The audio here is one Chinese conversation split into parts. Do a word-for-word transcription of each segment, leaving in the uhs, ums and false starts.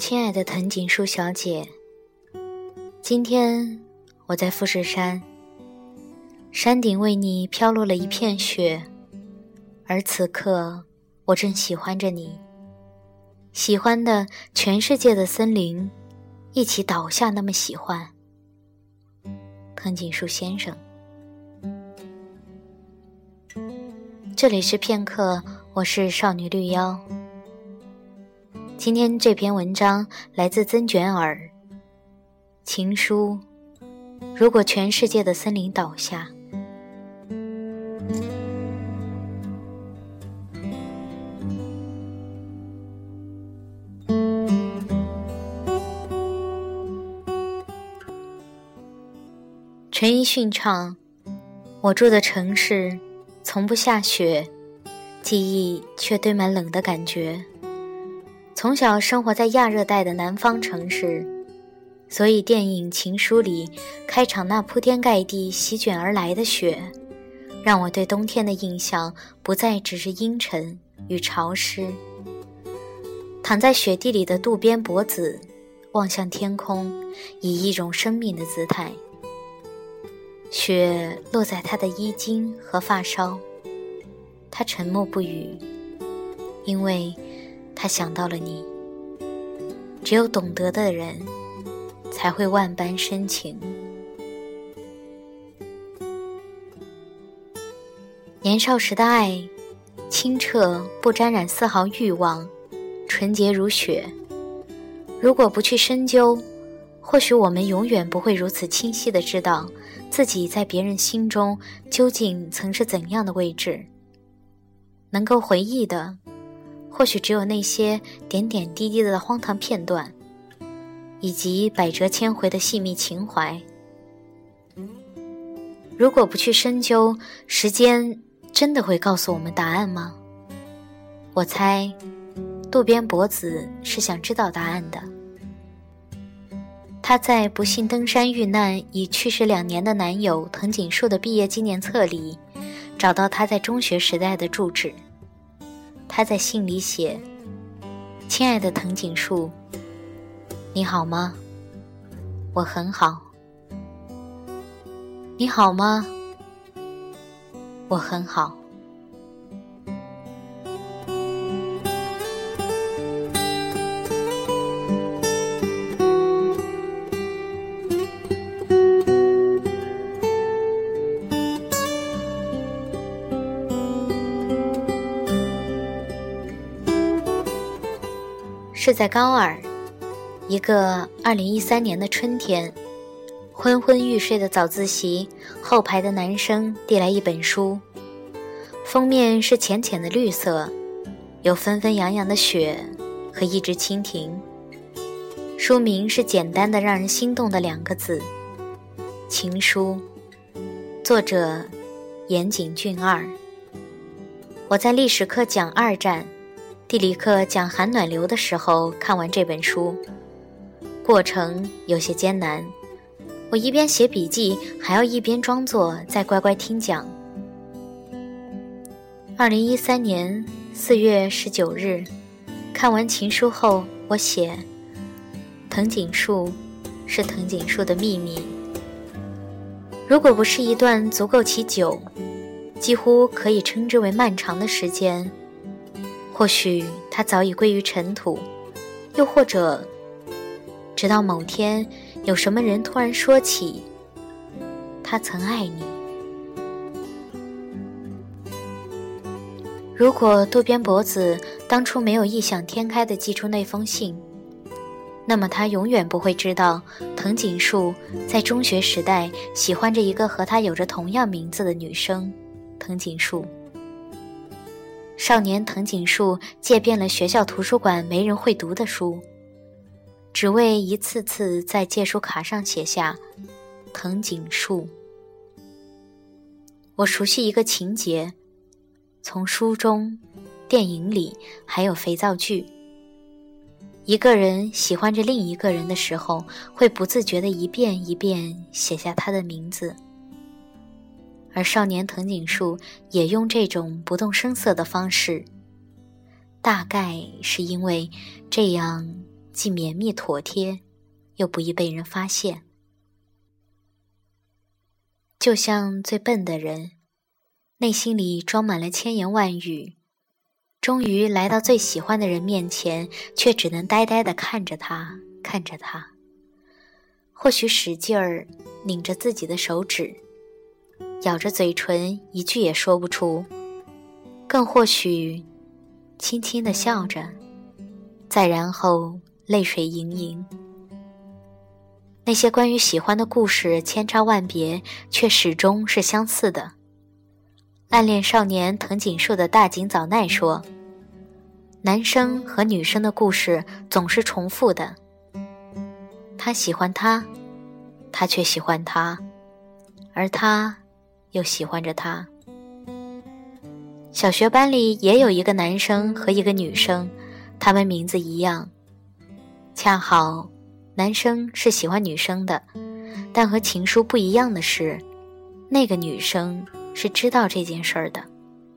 亲爱的藤井树小姐，今天我在富士山，山顶为你飘落了一片雪，而此刻我正喜欢着你，喜欢的全世界的森林一起倒下那么喜欢。藤井树先生，这里是片刻，我是少女绿妖。今天这篇文章来自曾卷儿，情书，如果全世界的森林倒下。陈奕迅唱，我住的城市从不下雪，记忆却堆满冷的感觉。从小生活在亚热带的南方城市，所以电影《情书》里开场那铺天盖地席卷而来的雪，让我对冬天的印象不再只是阴沉与潮湿。躺在雪地里的渡边博子望向天空，以一种生命的姿态。雪落在他的衣襟和发梢，他沉默不语，因为他想到了你。只有懂得的人才会万般深情。年少时的爱，清澈不沾染丝毫欲望，纯洁如雪。如果不去深究，或许我们永远不会如此清晰地知道自己在别人心中究竟曾是怎样的位置。能够回忆的或许只有那些点点滴滴的荒唐片段，以及百折千回的细密情怀。如果不去深究，时间真的会告诉我们答案吗？我猜渡边博子是想知道答案的。她在不幸登山遇难已去世两年的男友藤井树的毕业纪念册里，找到他在中学时代的住址。他在信里写，亲爱的藤井树，你好吗？我很好。你好吗？我很好。是在高二，一个二零一三年的春天，昏昏欲睡的早自习，后排的男生递来一本书，封面是浅浅的绿色，有纷纷扬扬的雪和一只蜻蜓。书名是简单的让人心动的两个字，情书，作者岩井俊二。我在历史课讲二战，地理课讲寒暖流的时候看完这本书，过程有些艰难，我一边写笔记，还要一边装作在乖乖听讲。二零一三年四月十九日，看完情书后，我写，藤井树是藤井树的秘密。如果不是一段足够其久，几乎可以称之为漫长的时间，或许他早已归于尘土，又或者直到某天有什么人突然说起他曾爱你。如果渡边博子当初没有异想天开地寄出那封信，那么他永远不会知道藤井树在中学时代喜欢着一个和他有着同样名字的女生藤井树。少年藤井树借遍了学校图书馆没人会读的书，只为一次次在借书卡上写下藤井树。我熟悉一个情节，从书中、电影里还有肥皂剧，一个人喜欢着另一个人的时候，会不自觉地一遍一遍写下他的名字。而少年藤井树也用这种不动声色的方式，大概是因为这样既绵密妥帖，又不易被人发现。就像最笨的人，内心里装满了千言万语，终于来到最喜欢的人面前，却只能呆呆地看着他，看着他。或许使劲儿拧着自己的手指，咬着嘴唇，一句也说不出，更或许轻轻地笑着，再然后泪水盈盈。那些关于喜欢的故事千差万别，却始终是相似的。暗恋少年藤井树的大井早奈说，男生和女生的故事总是重复的，他喜欢他，他却喜欢他，而他又喜欢着他。小学班里也有一个男生和一个女生，他们名字一样，恰好男生是喜欢女生的，但和情书不一样的是，那个女生是知道这件事儿的。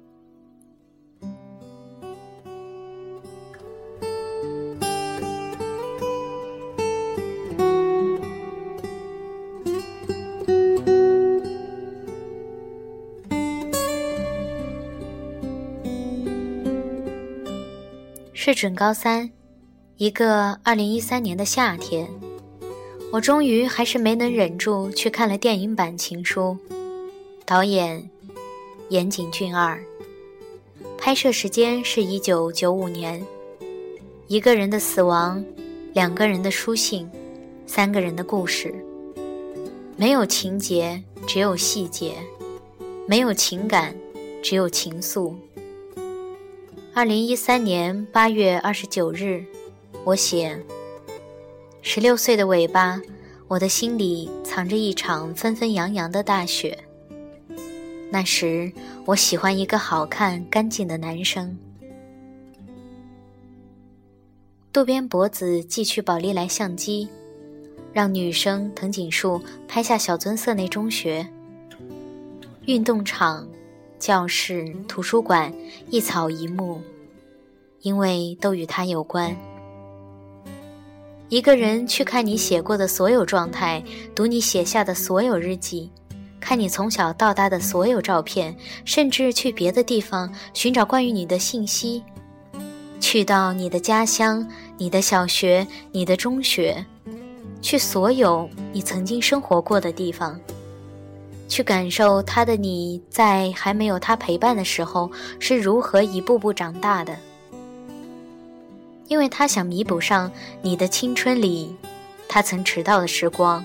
是准高三，一个二零一三年的夏天，我终于还是没能忍住去看了电影版《情书》，导演岩井俊二，拍摄时间是一九九五年。一个人的死亡，两个人的书信，三个人的故事，没有情节，只有细节；没有情感，只有情愫。二零一三年八月二十九日，我写：十六岁的尾巴，我的心里藏着一场纷纷扬扬的大雪。那时，我喜欢一个好看、干净的男生。渡边博子寄去宝丽来相机，让女生藤井树拍下小樽色内中学。运动场、教室、图书馆，一草一木，因为都与他有关。一个人去看你写过的所有状态，读你写下的所有日记，看你从小到大的所有照片，甚至去别的地方寻找关于你的信息，去到你的家乡、你的小学、你的中学，去所有你曾经生活过的地方，去感受他的你在还没有他陪伴的时候是如何一步步长大的。因为他想弥补上你的青春里他曾迟到的时光。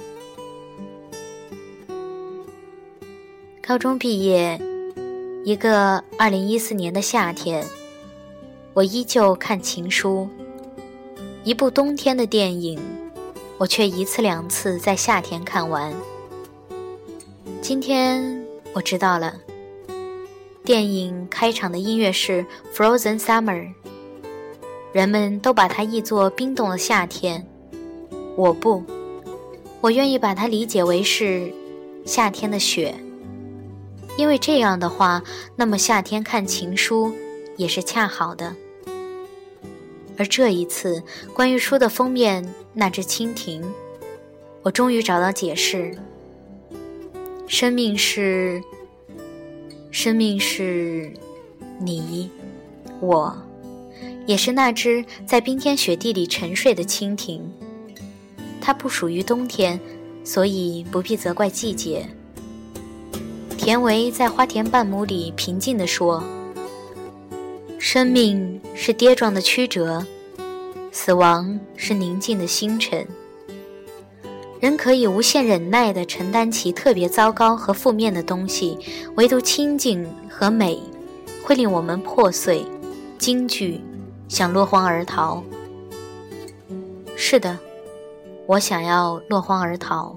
高中毕业，一个二零一四年的夏天，我依旧看情书，一部冬天的电影，我却一次两次在夏天看完。今天我知道了，电影开场的音乐是 Frozen Summer， 人们都把它译作冰冻的夏天，我不，我愿意把它理解为是夏天的雪。因为这样的话，那么夏天看情书也是恰好的。而这一次，关于书的封面那只蜻蜓，我终于找到解释。生命是，生命是你，我，也是那只在冰天雪地里沉睡的蜻蜓。它不属于冬天，所以不必责怪季节。田维在《花田半亩》里平静地说，生命是跌撞的曲折，死亡是宁静的星辰。人可以无限忍耐地承担起特别糟糕和负面的东西，唯独清静和美会令我们破碎、惊惧，想落荒而逃。是的，我想要落荒而逃。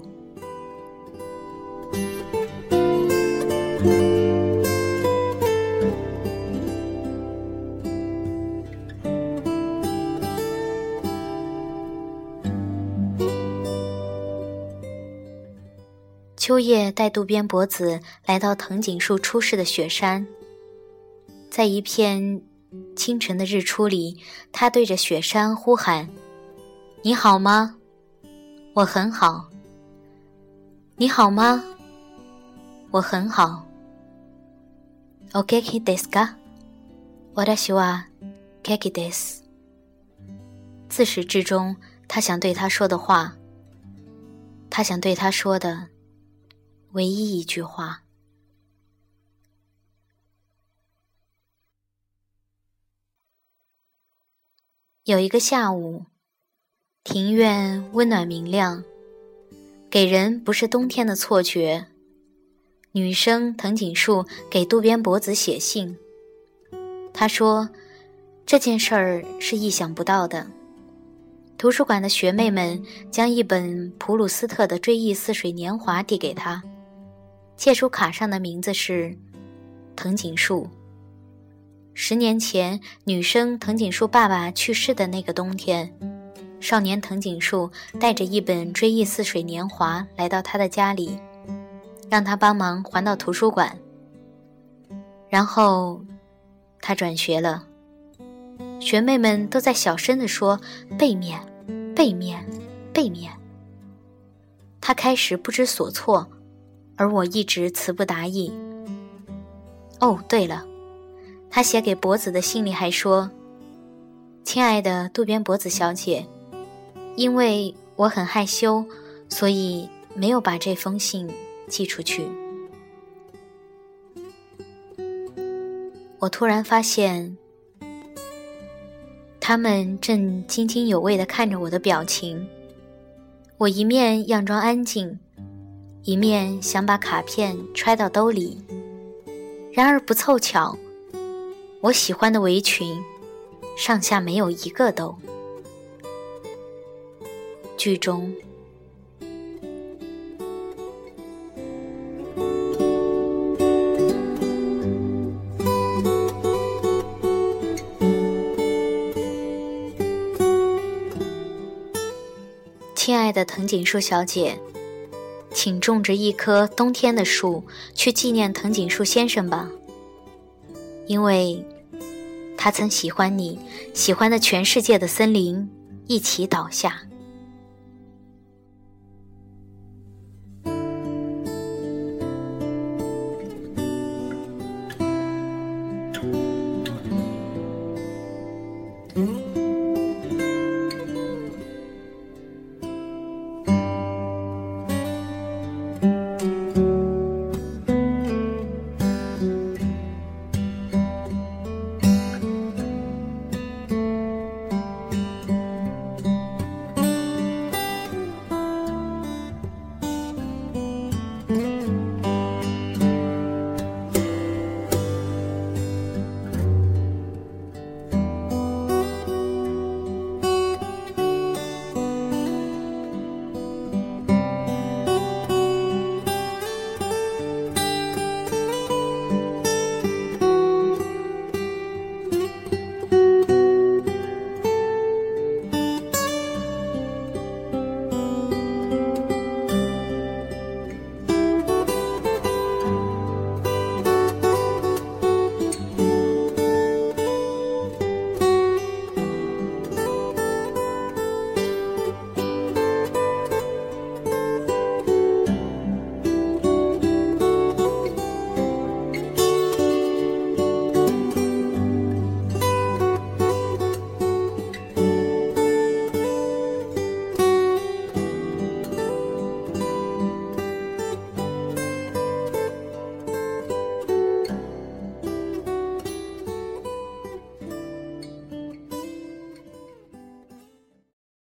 秋叶带渡边博子来到藤井树出世的雪山，在一片清晨的日出里，他对着雪山呼喊： 你好吗？我很好。你好吗？我很好。お元気ですか？私は元気です。自始至终，他想对他说的话，他想对他说的唯一一句话。有一个下午，庭院温暖明亮，给人不是冬天的错觉。女生藤井树给渡边博子写信，她说这件事儿是意想不到的。图书馆的学妹们将一本普鲁斯特的《追忆似水年华》递给她，借书卡上的名字是藤井树。十年前，女生藤井树爸爸去世的那个冬天，少年藤井树带着一本《追忆似水年华》来到他的家里，让他帮忙还到图书馆。然后他转学了，学妹们都在小声地说背面背面背面。他开始不知所措，而我一直词不达意。哦，对了，他写给博子的信里还说，亲爱的渡边博子小姐，因为我很害羞，所以没有把这封信寄出去。我突然发现，他们正津津有味地看着我的表情。我一面佯装安静，一面想把卡片揣到兜里。然而不凑巧，我喜欢的围裙上下没有一个兜。剧中亲爱的藤井树小姐，请种植一棵冬天的树，去纪念藤井树先生吧，因为他曾喜欢你，喜欢的全世界的森林一起倒下。